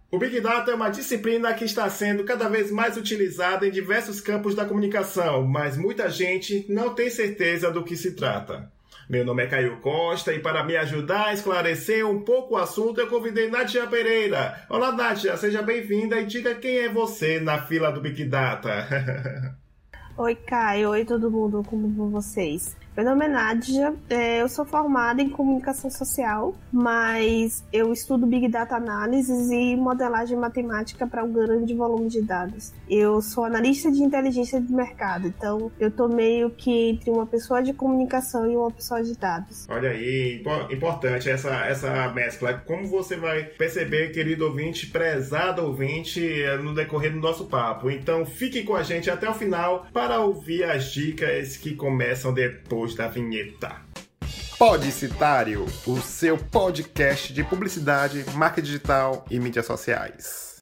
O Big Data é uma disciplina que está sendo cada vez mais utilizada em diversos campos da comunicação, mas muita gente não tem certeza do que se trata. Meu nome é Caio Costa e para me ajudar a esclarecer um pouco o assunto, eu convidei Nádia Pereira. Olá, Nádia, seja bem-vinda e diga quem é você na fila do Big Data. Oi, Caio. Oi, todo mundo. Como vão vocês? Meu nome é Nádia, eu sou formada em comunicação social, mas eu estudo Big Data Análises e modelagem matemática para um grande volume de dados. Eu sou analista de inteligência de mercado, então eu tô meio que entre uma pessoa de comunicação e uma pessoa de dados. Olha aí, importante essa mescla. Como você vai perceber, querido ouvinte, prezado ouvinte, no decorrer do nosso papo. Então fique com a gente até o final para ouvir as dicas que começam depois da vinheta. Podicitário, o seu podcast de publicidade, marca digital e mídias sociais.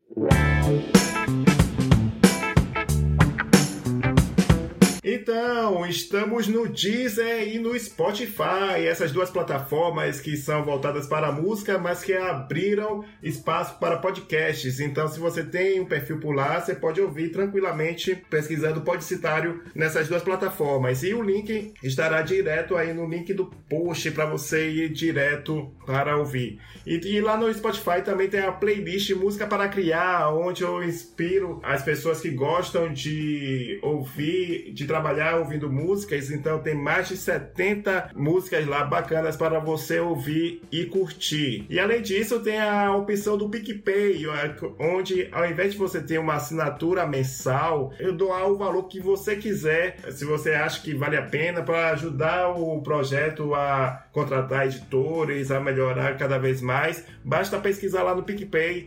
Então, estamos no Deezer e no Spotify, essas duas plataformas que são voltadas para a música, mas que abriram espaço para podcasts. Então, se você tem um perfil por lá, você pode ouvir tranquilamente pesquisando Podicitário nessas duas plataformas. E o link estará direto aí no link do post para você ir direto para ouvir. E lá no Spotify também tem a playlist Música para Criar, onde eu inspiro as pessoas que gostam de ouvir, de trabalhar ouvindo músicas. Então tem mais de 70 músicas lá bacanas para você ouvir e curtir. E além disso tem a opção do PicPay, onde ao invés de você ter uma assinatura mensal, eu dou o valor que você quiser, se você acha que vale a pena, para ajudar o projeto a contratar editores, a melhorar cada vez mais. Basta pesquisar lá no PicPay,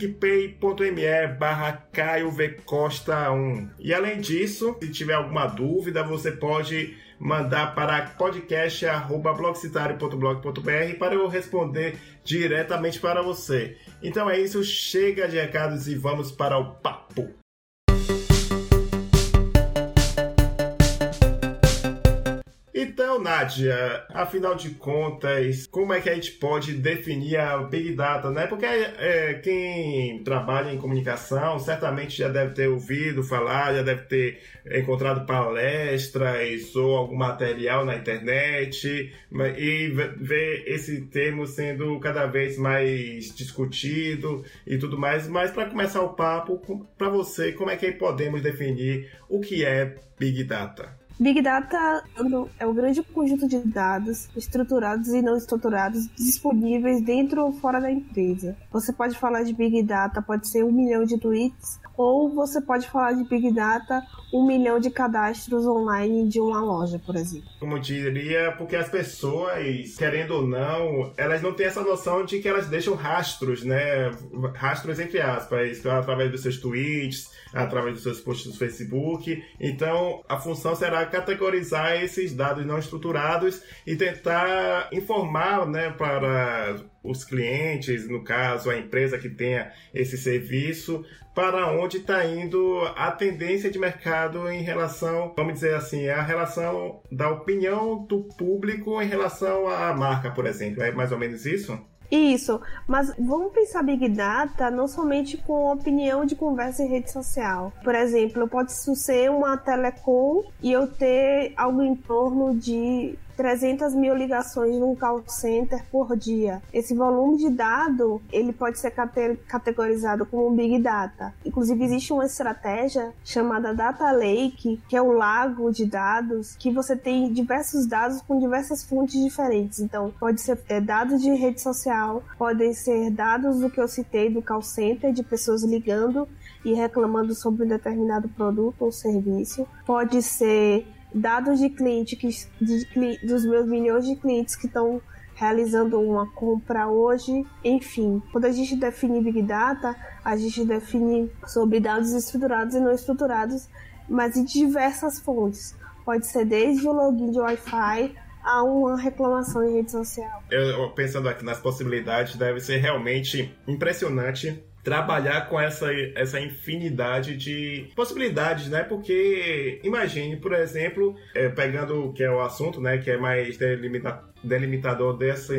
picpay.me/CaioVCosta1. E além disso, se tiver alguma dúvida, você pode mandar para podcast@blogcitario.blog.br para eu responder diretamente para você. Então é isso, chega de recados e vamos para o papo. Então, Nádia, afinal de contas, como é que a gente pode definir a Big Data, né? Porque quem trabalha em comunicação certamente já deve ter ouvido falar, já deve ter encontrado palestras ou algum material na internet e ver esse termo sendo cada vez mais discutido e tudo mais. Mas para começar o papo, para você, como é que podemos definir o que é Big Data? Big Data é um grande conjunto de dados estruturados e não estruturados disponíveis dentro ou fora da empresa. Você pode falar de Big Data, pode ser 1 milhão de tweets, ou você pode falar de Big Data, 1 milhão de cadastros online de uma loja, por exemplo. Como eu diria, porque as pessoas, querendo ou não, elas não têm essa noção de que elas deixam rastros, né? Rastros entre aspas, através dos seus tweets, através dos seus posts no Facebook. Então, a função será categorizar esses dados não estruturados e tentar informar, né, para os clientes, no caso, a empresa que tenha esse serviço, para onde está indo a tendência de mercado em relação, vamos dizer assim, a relação da opinião do público em relação à marca, por exemplo. É mais ou menos isso? Isso, mas vamos pensar Big Data não somente com opinião de conversa em rede social. Por exemplo, eu posso ser uma telecom e eu ter algo em torno de 300 mil ligações num call center por dia. Esse volume de dado, ele pode ser categorizado como Big Data. Inclusive, existe uma estratégia chamada Data Lake, que é um lago de dados, que você tem diversos dados com diversas fontes diferentes. Então, pode ser dados de rede social, podem ser dados do que eu citei do call center, de pessoas ligando e reclamando sobre um determinado produto ou serviço. Pode ser dados de cliente dos meus milhões de clientes que estão realizando uma compra hoje. Enfim, quando a gente define Big Data, a gente define sobre dados estruturados e não estruturados, mas de diversas fontes. Pode ser desde o login de Wi-Fi a uma reclamação em rede social. Eu pensando aqui nas possibilidades, deve ser realmente impressionante trabalhar com essa infinidade de possibilidades, né? Porque imagine, por exemplo, pegando o que é o assunto, né? Que é mais delimitador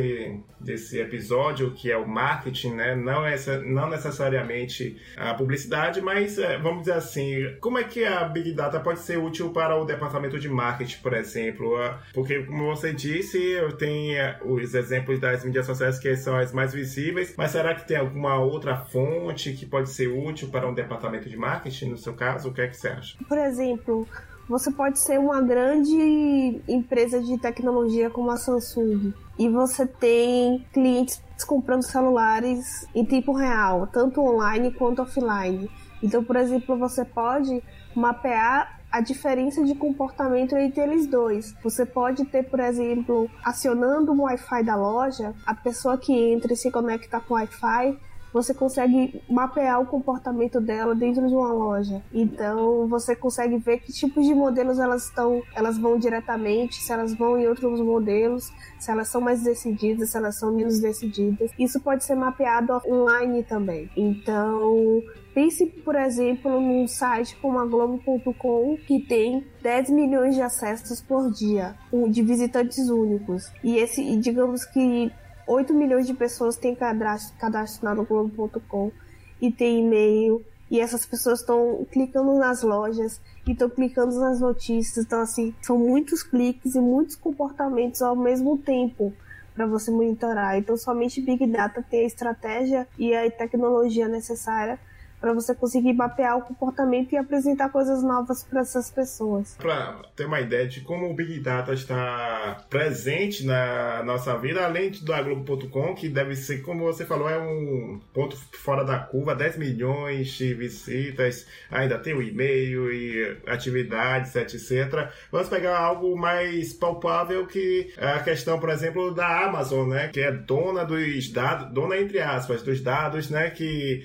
desse episódio, que é o marketing, né? Não necessariamente a publicidade, mas vamos dizer assim, como é que a Big Data pode ser útil para o departamento de marketing, por exemplo? Porque, como você disse, tem os exemplos das mídias sociais que são as mais visíveis, mas será que tem alguma outra fonte que pode ser útil para um departamento de marketing, no seu caso? O que é que você acha? Por exemplo, você pode ser uma grande empresa de tecnologia como a Samsung e você tem clientes comprando celulares em tempo real, tanto online quanto offline. Então, por exemplo, você pode mapear a diferença de comportamento entre eles dois. Você pode ter, por exemplo, acionando o Wi-Fi da loja, a pessoa que entra e se conecta com o Wi-Fi, você consegue mapear o comportamento dela dentro de uma loja. Então, você consegue ver que tipos de modelos elas vão diretamente, se elas vão em outros modelos, se elas são mais decididas, se elas são menos decididas. Isso pode ser mapeado online também. Então, pense, por exemplo, num site como a Globo.com, que tem 10 milhões de acessos por dia, de visitantes únicos. E digamos que 8 milhões de pessoas têm cadastro no Globo.com e tem e-mail, e essas pessoas estão clicando nas lojas e estão clicando nas notícias. Então, assim, são muitos cliques e muitos comportamentos ao mesmo tempo para você monitorar. Então, somente Big Data tem a estratégia e a tecnologia necessária para você conseguir mapear o comportamento e apresentar coisas novas para essas pessoas. Para ter uma ideia de como o Big Data está presente na nossa vida, além da Globo.com, que deve ser, como você falou, é um ponto fora da curva, 10 milhões de visitas, ainda tem o e-mail e atividades, etc. Vamos pegar algo mais palpável, que a questão, por exemplo, da Amazon, né, que é dona dos dados, dona entre aspas, dos dados, né,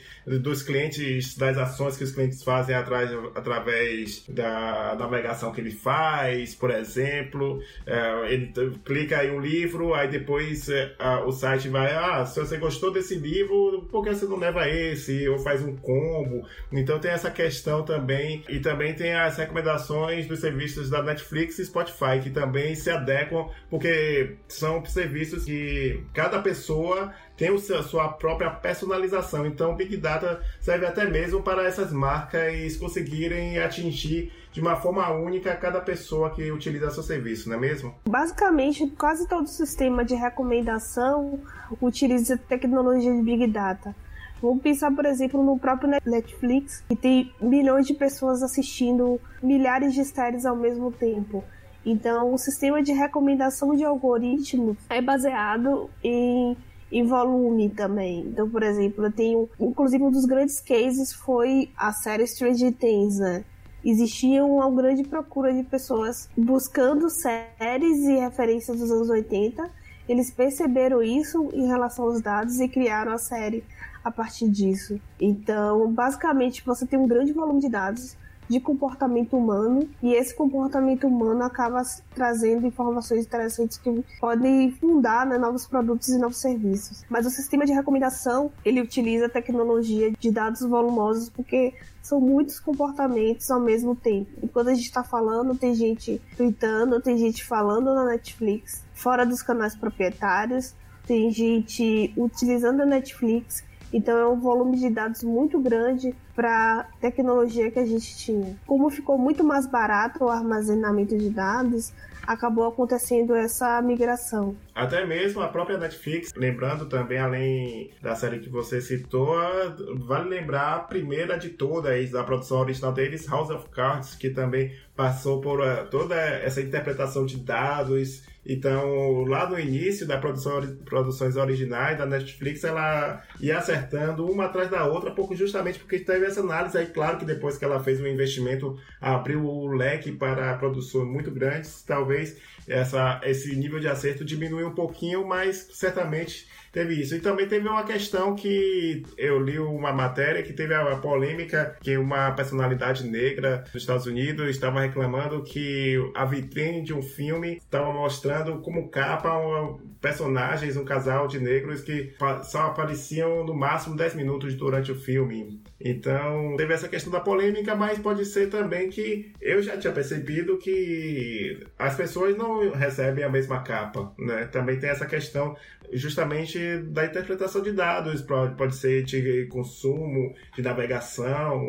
dos clientes, das ações que os clientes fazem através da navegação que ele faz, por exemplo. Ele clica em um livro, aí depois o site vai, se você gostou desse livro, por que você não leva esse? Ou faz um combo. Então tem essa questão também, e também tem as recomendações dos serviços da Netflix e Spotify, que também se adequam, porque são serviços que cada pessoa tem a sua própria personalização. Então, o Big Data serve até mesmo para essas marcas conseguirem atingir de uma forma única cada pessoa que utiliza seu serviço, não é mesmo? Basicamente, quase todo sistema de recomendação utiliza tecnologia de Big Data. Vamos pensar, por exemplo, no próprio Netflix, que tem milhões de pessoas assistindo milhares de séries ao mesmo tempo. Então, o sistema de recomendação de algoritmos é baseado em volume também. Então, por exemplo, eu tenho, inclusive um dos grandes cases foi a série Stranger Things, né? Existia uma grande procura de pessoas buscando séries e referências dos anos 80. Eles perceberam isso em relação aos dados e criaram a série a partir disso. Então, basicamente, você tem um grande volume de dados de comportamento humano, e esse comportamento humano acaba trazendo informações interessantes que podem fundar, né, novos produtos e novos serviços. Mas o sistema de recomendação, ele utiliza a tecnologia de dados volumosos, porque são muitos comportamentos ao mesmo tempo. E quando a gente está falando, tem gente tweetando, tem gente falando na Netflix, fora dos canais proprietários, tem gente utilizando a Netflix. Então é um volume de dados muito grande para a tecnologia que a gente tinha. Como ficou muito mais barato o armazenamento de dados, acabou acontecendo essa migração. Até mesmo a própria Netflix, lembrando também, além da série que você citou, vale lembrar a primeira de todas, da produção original deles, House of Cards, que também passou por toda essa interpretação de dados. Então, lá no início das produções originais da Netflix, ela ia acertando uma atrás da outra, justamente porque teve essa análise. Aí, claro que depois que ela fez um investimento, abriu o leque para produções muito grandes, talvez esse nível de acerto diminui um pouquinho, mas certamente teve isso. E também teve uma questão que eu li uma matéria que teve a polêmica que uma personalidade negra dos Estados Unidos estava reclamando que a vitrine de um filme estava mostrando como capa personagens, um casal de negros que só apareciam no máximo 10 minutos durante o filme. Então, teve essa questão da polêmica, mas pode ser também que eu já tinha percebido que as pessoas não recebem a mesma capa, né? Também tem essa questão justamente da interpretação de dados, pode ser de consumo, de navegação,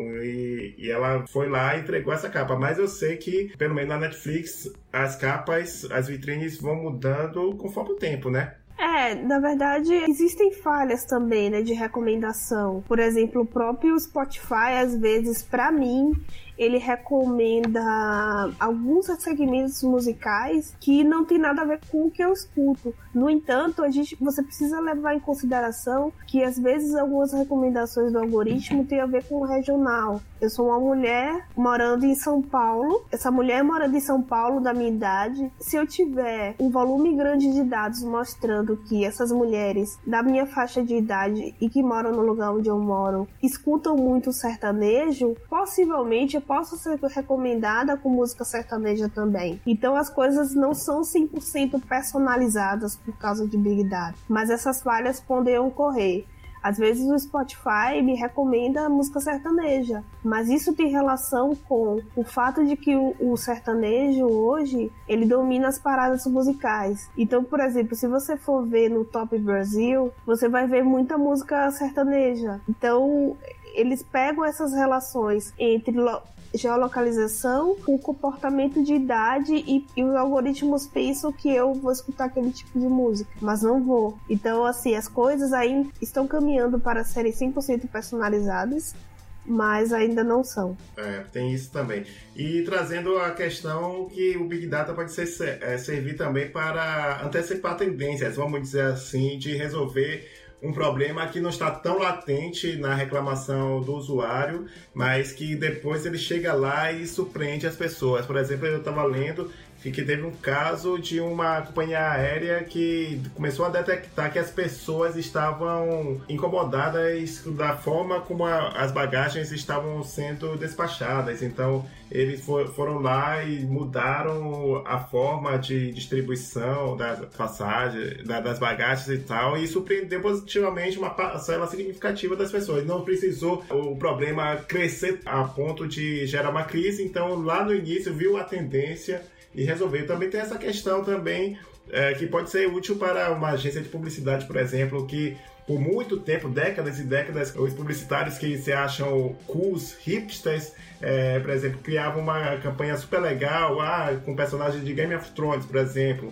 e ela foi lá e entregou essa capa. Mas eu sei que, pelo menos na Netflix, as capas, as vitrines vão mudando conforme o tempo, né? Na verdade, existem falhas também, né, de recomendação. Por exemplo, o próprio Spotify, às vezes, pra mim, ele recomenda alguns segmentos musicais que não tem nada a ver com o que eu escuto. No entanto, você precisa levar em consideração que, às vezes, algumas recomendações do algoritmo têm a ver com o regional. Eu sou uma mulher morando em São Paulo. Essa mulher morando em São Paulo, da minha idade, se eu tiver um volume grande de dados mostrando que essas mulheres da minha faixa de idade e que moram no lugar onde eu moro escutam muito sertanejo, possivelmente eu posso ser recomendada com música sertaneja também. Então as coisas não são 100% personalizadas por causa de Big Data, mas essas falhas podem ocorrer. Às vezes o Spotify me recomenda música sertaneja, mas isso tem relação com o fato de que o sertanejo hoje, ele domina as paradas musicais. Então, por exemplo, se você for ver no Top Brasil, você vai ver muita música sertaneja. Então, eles pegam essas relações entre geolocalização, o comportamento de idade e os algoritmos pensam que eu vou escutar aquele tipo de música, mas não vou. Então, assim, as coisas aí estão caminhando para serem 100% personalizadas, mas ainda não são. Tem isso também. E trazendo a questão que o Big Data pode servir também para antecipar tendências, vamos dizer assim, de resolver um problema que não está tão latente na reclamação do usuário, mas que depois ele chega lá e surpreende as pessoas. Por exemplo, eu estava lendo que teve um caso de uma companhia aérea que começou a detectar que as pessoas estavam incomodadas da forma como as bagagens estavam sendo despachadas. Então, eles foram lá e mudaram a forma de distribuição das passagens, das bagagens e tal, e surpreendeu positivamente uma parcela significativa das pessoas. Não precisou o problema crescer a ponto de gerar uma crise, então lá no início viu a tendência e resolver. Também tem essa questão também que pode ser útil para uma agência de publicidade, por exemplo, que por muito tempo, décadas e décadas, os publicitários que se acham cools, hipsters, por exemplo, criavam uma campanha super legal com personagens de Game of Thrones, por exemplo.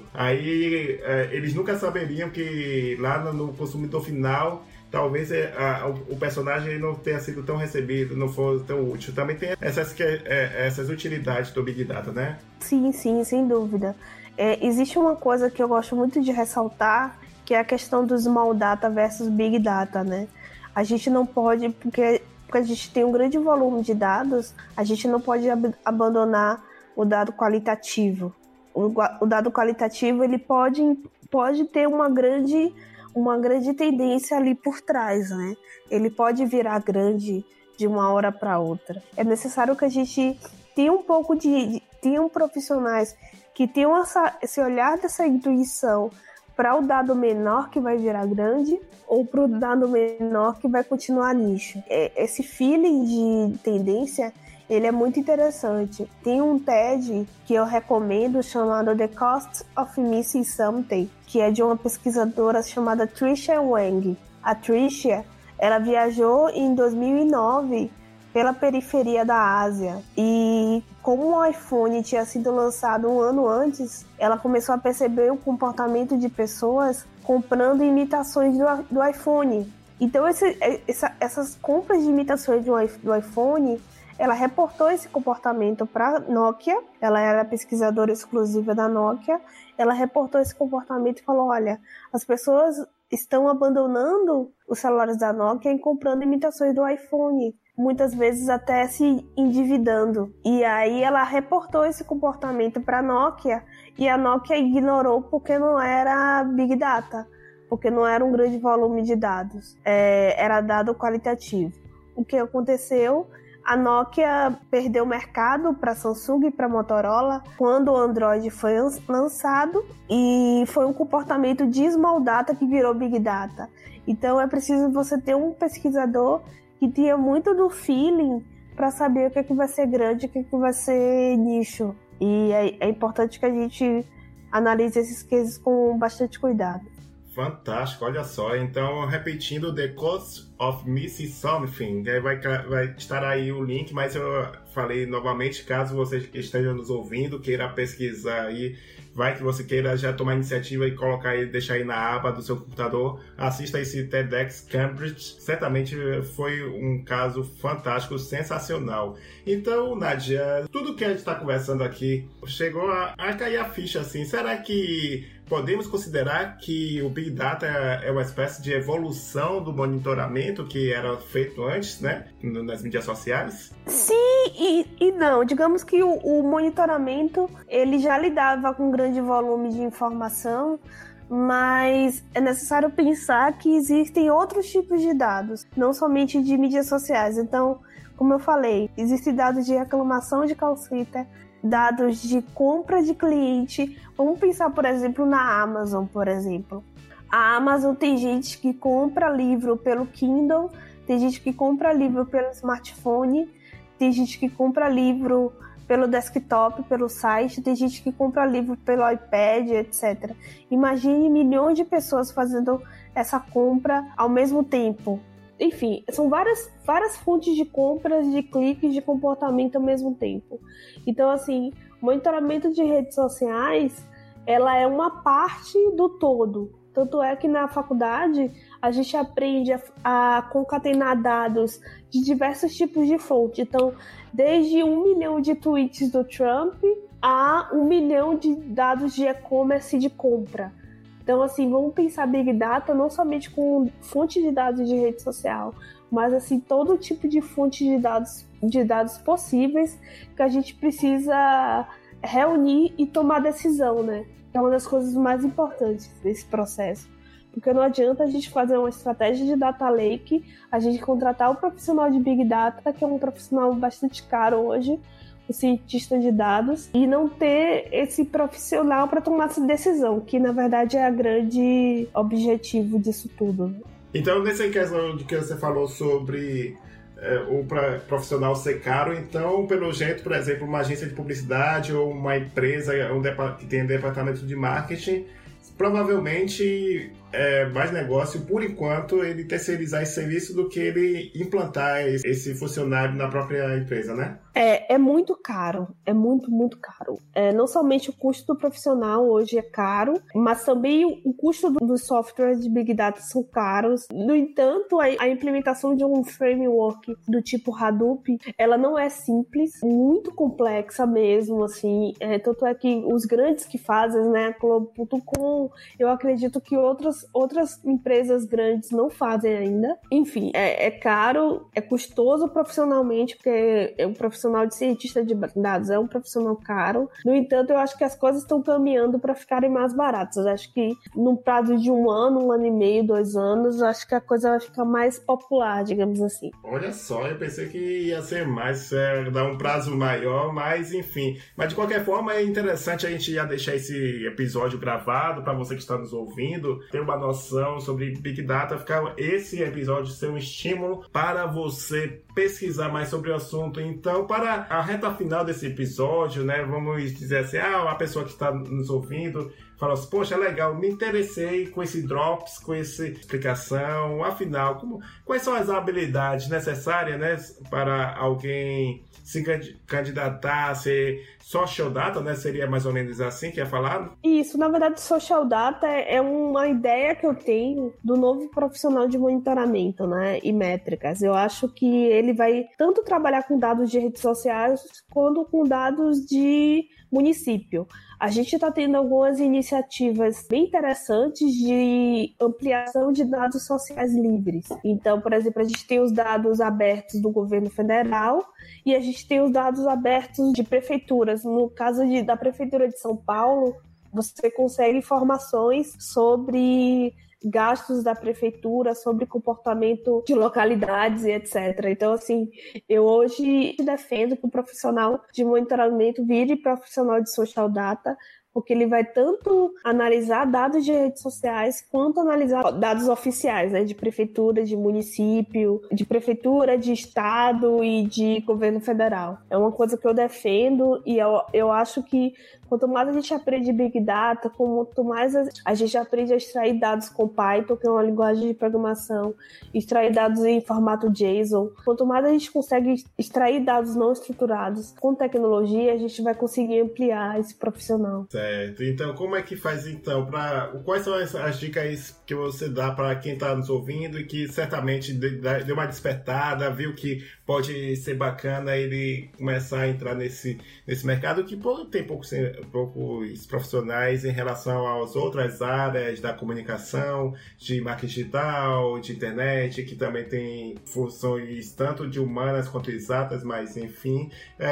Aí eles nunca saberiam que lá no consumidor final talvez o personagem não tenha sido tão recebido, não for tão útil. Também tem essas utilidades do Big Data, né? Sim, sem dúvida. Existe uma coisa que eu gosto muito de ressaltar, que é a questão do Small Data versus Big Data, né? A gente não pode, porque a gente tem um grande volume de dados, a gente não pode abandonar o dado qualitativo. O dado qualitativo, ele pode ter uma grande tendência ali por trás, né? Ele pode virar grande de uma hora para outra. É necessário que a gente tenha um pouco tenham profissionais que tenham esse olhar dessa intuição para o dado menor que vai virar grande ou para o dado menor que vai continuar nicho. Esse feeling de tendência, ele é muito interessante. Tem um TED que eu recomendo chamado The Cost of Missing Something, que é de uma pesquisadora chamada Tricia Wang. A Tricia, ela viajou em 2009 pela periferia da Ásia e como o iPhone tinha sido lançado um ano antes, ela começou a perceber o comportamento de pessoas comprando imitações do iPhone. Então essas compras de imitações do iPhone, ela reportou esse comportamento para a Nokia, ela era pesquisadora exclusiva da Nokia, ela reportou esse comportamento e falou, olha, as pessoas estão abandonando os celulares da Nokia e comprando imitações do iPhone, muitas vezes até se endividando. E aí ela reportou esse comportamento para a Nokia e a Nokia ignorou porque não era Big Data. porque não era um grande volume de dados, era dado qualitativo. O que aconteceu? A Nokia perdeu o mercado para Samsung e para Motorola quando o Android foi lançado, e foi um comportamento de small data que virou big data. Então é preciso você ter um pesquisador que tenha muito do feeling para saber o que é que vai ser grande, o que é que vai ser nicho. E é importante que a gente analise esses cases com bastante cuidado. Fantástico, olha só. Então, repetindo, The Cost of Missing Something, vai estar aí o link, mas eu falei novamente, caso você esteja nos ouvindo, queira pesquisar aí, vai que você queira já tomar iniciativa e colocar aí, deixar aí na aba do seu computador, assista esse TEDx Cambridge, certamente foi um caso fantástico, sensacional. Então, Nádia, tudo que a gente está conversando aqui chegou a cair a ficha, assim, será que podemos considerar que o Big Data é uma espécie de evolução do monitoramento que era feito antes, né, nas mídias sociais? Sim e não. Digamos que o monitoramento ele já lidava com um grande volume de informação, mas é necessário pensar que existem outros tipos de dados, não somente de mídias sociais. Então, como eu falei, existem dados de reclamação de call center, dados de compra de cliente. Vamos pensar, por exemplo, na Amazon, por exemplo. A Amazon tem gente que compra livro pelo Kindle, tem gente que compra livro pelo smartphone, tem gente que compra livro pelo desktop, pelo site, tem gente que compra livro pelo iPad, etc. Imagine milhões de pessoas fazendo essa compra ao mesmo tempo. Enfim, são várias fontes de compras, de cliques, de comportamento ao mesmo tempo. Então, assim, o monitoramento de redes sociais, ela é uma parte do todo. Tanto é que na faculdade a gente aprende a concatenar dados de diversos tipos de fonte. Então, desde 1 milhão de tweets do Trump a 1 milhão de dados de e-commerce de compra. Então, assim, vamos pensar Big Data não somente com fonte de dados de rede social, mas, assim, todo tipo de fonte de dados possíveis que a gente precisa reunir e tomar decisão, né? É uma das coisas mais importantes desse processo. Porque não adianta a gente fazer uma estratégia de data lake, a gente contratar o profissional de Big Data, que é um profissional bastante caro hoje, o cientista de dados, e não ter esse profissional para tomar essa decisão, que na verdade é o grande objetivo disso tudo. Então, nesse caso de que você falou sobre o profissional ser caro, então, pelo jeito, por exemplo, uma agência de publicidade ou uma empresa que tem departamento de marketing, provavelmente é mais negócio, por enquanto, ele terceirizar esse serviço do que ele implantar esse funcionário na própria empresa, né? É muito caro, é muito, muito caro. Não somente o custo do profissional hoje é caro, mas também o custo dos softwares de Big Data são caros. No entanto, a implementação de um framework do tipo Hadoop, ela não é simples, muito complexa mesmo, assim. Tanto é que os grandes que fazem, né, Globo.com, eu acredito que outras empresas grandes não fazem ainda. Enfim, é caro, é custoso profissionalmente, porque é um profissional de cientista de dados, é um profissional caro. No entanto, eu acho que as coisas estão caminhando para ficarem mais baratas. Eu acho que num prazo de 1 ano e meio, 2 anos, eu acho que a coisa vai ficar mais popular, digamos assim. Olha só, eu pensei que ia ser mais, dar um prazo maior, mas enfim. Mas de qualquer forma, é interessante a gente já deixar esse episódio gravado para você que está nos ouvindo, ter uma noção sobre Big Data, ficar esse episódio ser um estímulo para você pesquisar mais sobre o assunto. Então, para a reta final desse episódio, né, vamos dizer assim, a pessoa que está nos ouvindo fala assim, poxa, é legal, me interessei com esse Drops, com essa explicação, afinal, quais são as habilidades necessárias, né, para alguém se candidatar a ser social data, né, seria mais ou menos assim que é falado? Isso, na verdade, social data é uma ideia que eu tenho do novo profissional de monitoramento, né, e métricas. Eu acho que ele vai tanto trabalhar com dados de redes sociais quanto com dados de município. A gente está tendo algumas iniciativas bem interessantes de ampliação de dados sociais livres. Então, por exemplo, a gente tem os dados abertos do governo federal e a gente tem os dados abertos de prefeituras. No caso da Prefeitura de São Paulo, você consegue informações sobre gastos da prefeitura, sobre comportamento de localidades e etc. Então, assim, eu hoje defendo que o profissional de monitoramento vire profissional de social data, porque ele vai tanto analisar dados de redes sociais quanto analisar dados oficiais, né, de prefeitura, de município, de prefeitura, de estado e de governo federal. É uma coisa que eu defendo e eu acho que quanto mais a gente aprende Big Data, quanto mais a gente aprende a extrair dados com Python, que é uma linguagem de programação, extrair dados em formato JSON, quanto mais a gente consegue extrair dados não estruturados com tecnologia, a gente vai conseguir ampliar esse profissional. Certo. Então, como é que faz então? Quais são as dicas que você dá para quem está nos ouvindo e que certamente deu uma despertada, viu que pode ser bacana ele começar a entrar nesse mercado que tem poucos profissionais em relação às outras áreas da comunicação, de marketing digital, de internet, que também tem funções tanto de humanas quanto exatas, mas enfim.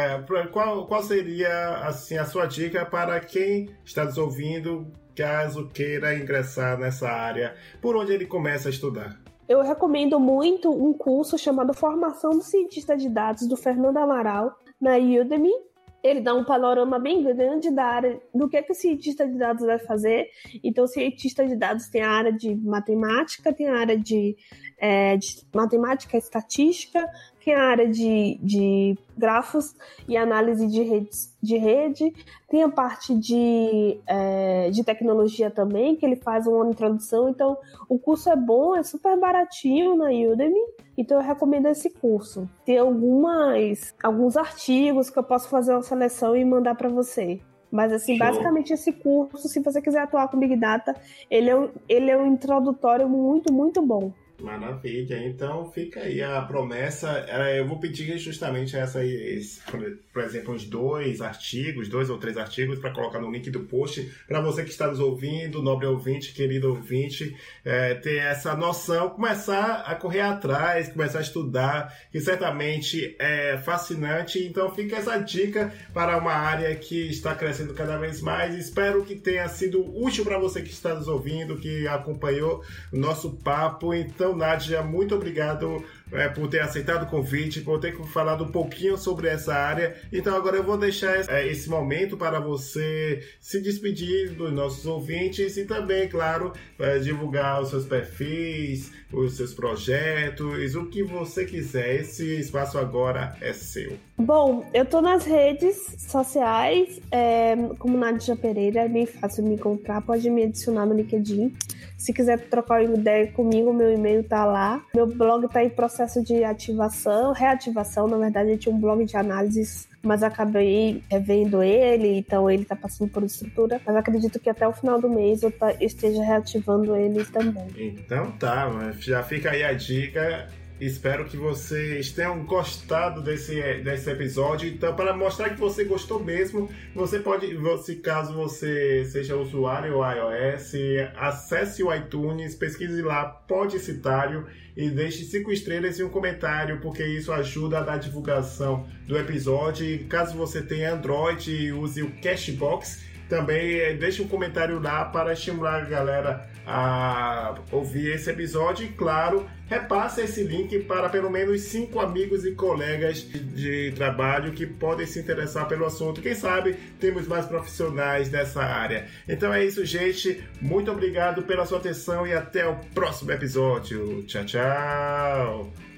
Qual seria assim, a sua dica para quem está nos ouvindo, caso queira ingressar nessa área? Por onde ele começa a estudar? Eu recomendo muito um curso chamado Formação do Cientista de Dados, do Fernando Amaral, na Udemy. Ele dá um panorama bem grande da área, do que o cientista de dados vai fazer. Então, o cientista de dados tem a área de matemática, tem a área de matemática e estatística, tem a área de grafos e análise de rede, tem a parte de tecnologia também, que ele faz uma introdução. Então, o curso é bom, é super baratinho na Udemy, então eu recomendo esse curso. Tem alguns artigos que eu posso fazer uma seleção e mandar para você. Mas, assim, Show. Basicamente esse curso, se você quiser atuar com Big Data, ele é um introdutório muito, muito bom. Maravilha, então fica aí a promessa. Eu vou pedir justamente por exemplo, uns 2 ou 3 artigos para colocar no link do post, para você que está nos ouvindo, nobre ouvinte, querido ouvinte, ter essa noção, começar a correr atrás, começar a estudar, que certamente é fascinante. Então fica essa dica para uma área que está crescendo cada vez mais. Espero que tenha sido útil para você que está nos ouvindo, que acompanhou o nosso papo. Então, Nádia, muito obrigado por ter aceitado o convite, por ter falado um pouquinho sobre essa área. Então agora eu vou deixar esse momento para você se despedir dos nossos ouvintes e também, claro, divulgar os seus perfis, os seus projetos, o que você quiser. Esse espaço agora é seu. Bom, eu tô nas redes sociais, como Nádia Pereira, é bem fácil me encontrar, pode me adicionar no LinkedIn. Se quiser trocar uma ideia comigo, meu e-mail tá lá. Meu blog tá em processo de reativação. Na verdade, eu tinha um blog de análises, mas acabei revendo ele, então ele tá passando por estrutura. Mas acredito que até o final do mês eu esteja reativando ele também. Então tá, já fica aí a dica. Espero que vocês tenham gostado desse episódio. Então, para mostrar que você gostou mesmo, você pode, caso você seja usuário iOS, acesse o iTunes, pesquise lá Podicitário e deixe 5 estrelas e um comentário, porque isso ajuda a dar divulgação do episódio. E caso você tenha Android e use o Cashbox, também deixe um comentário lá para estimular a galera a ouvir esse episódio. E claro, repasse esse link para pelo menos 5 amigos e colegas de trabalho que podem se interessar pelo assunto. Quem sabe temos mais profissionais dessa área. Então é isso, gente. Muito obrigado pela sua atenção e até o próximo episódio. Tchau, tchau!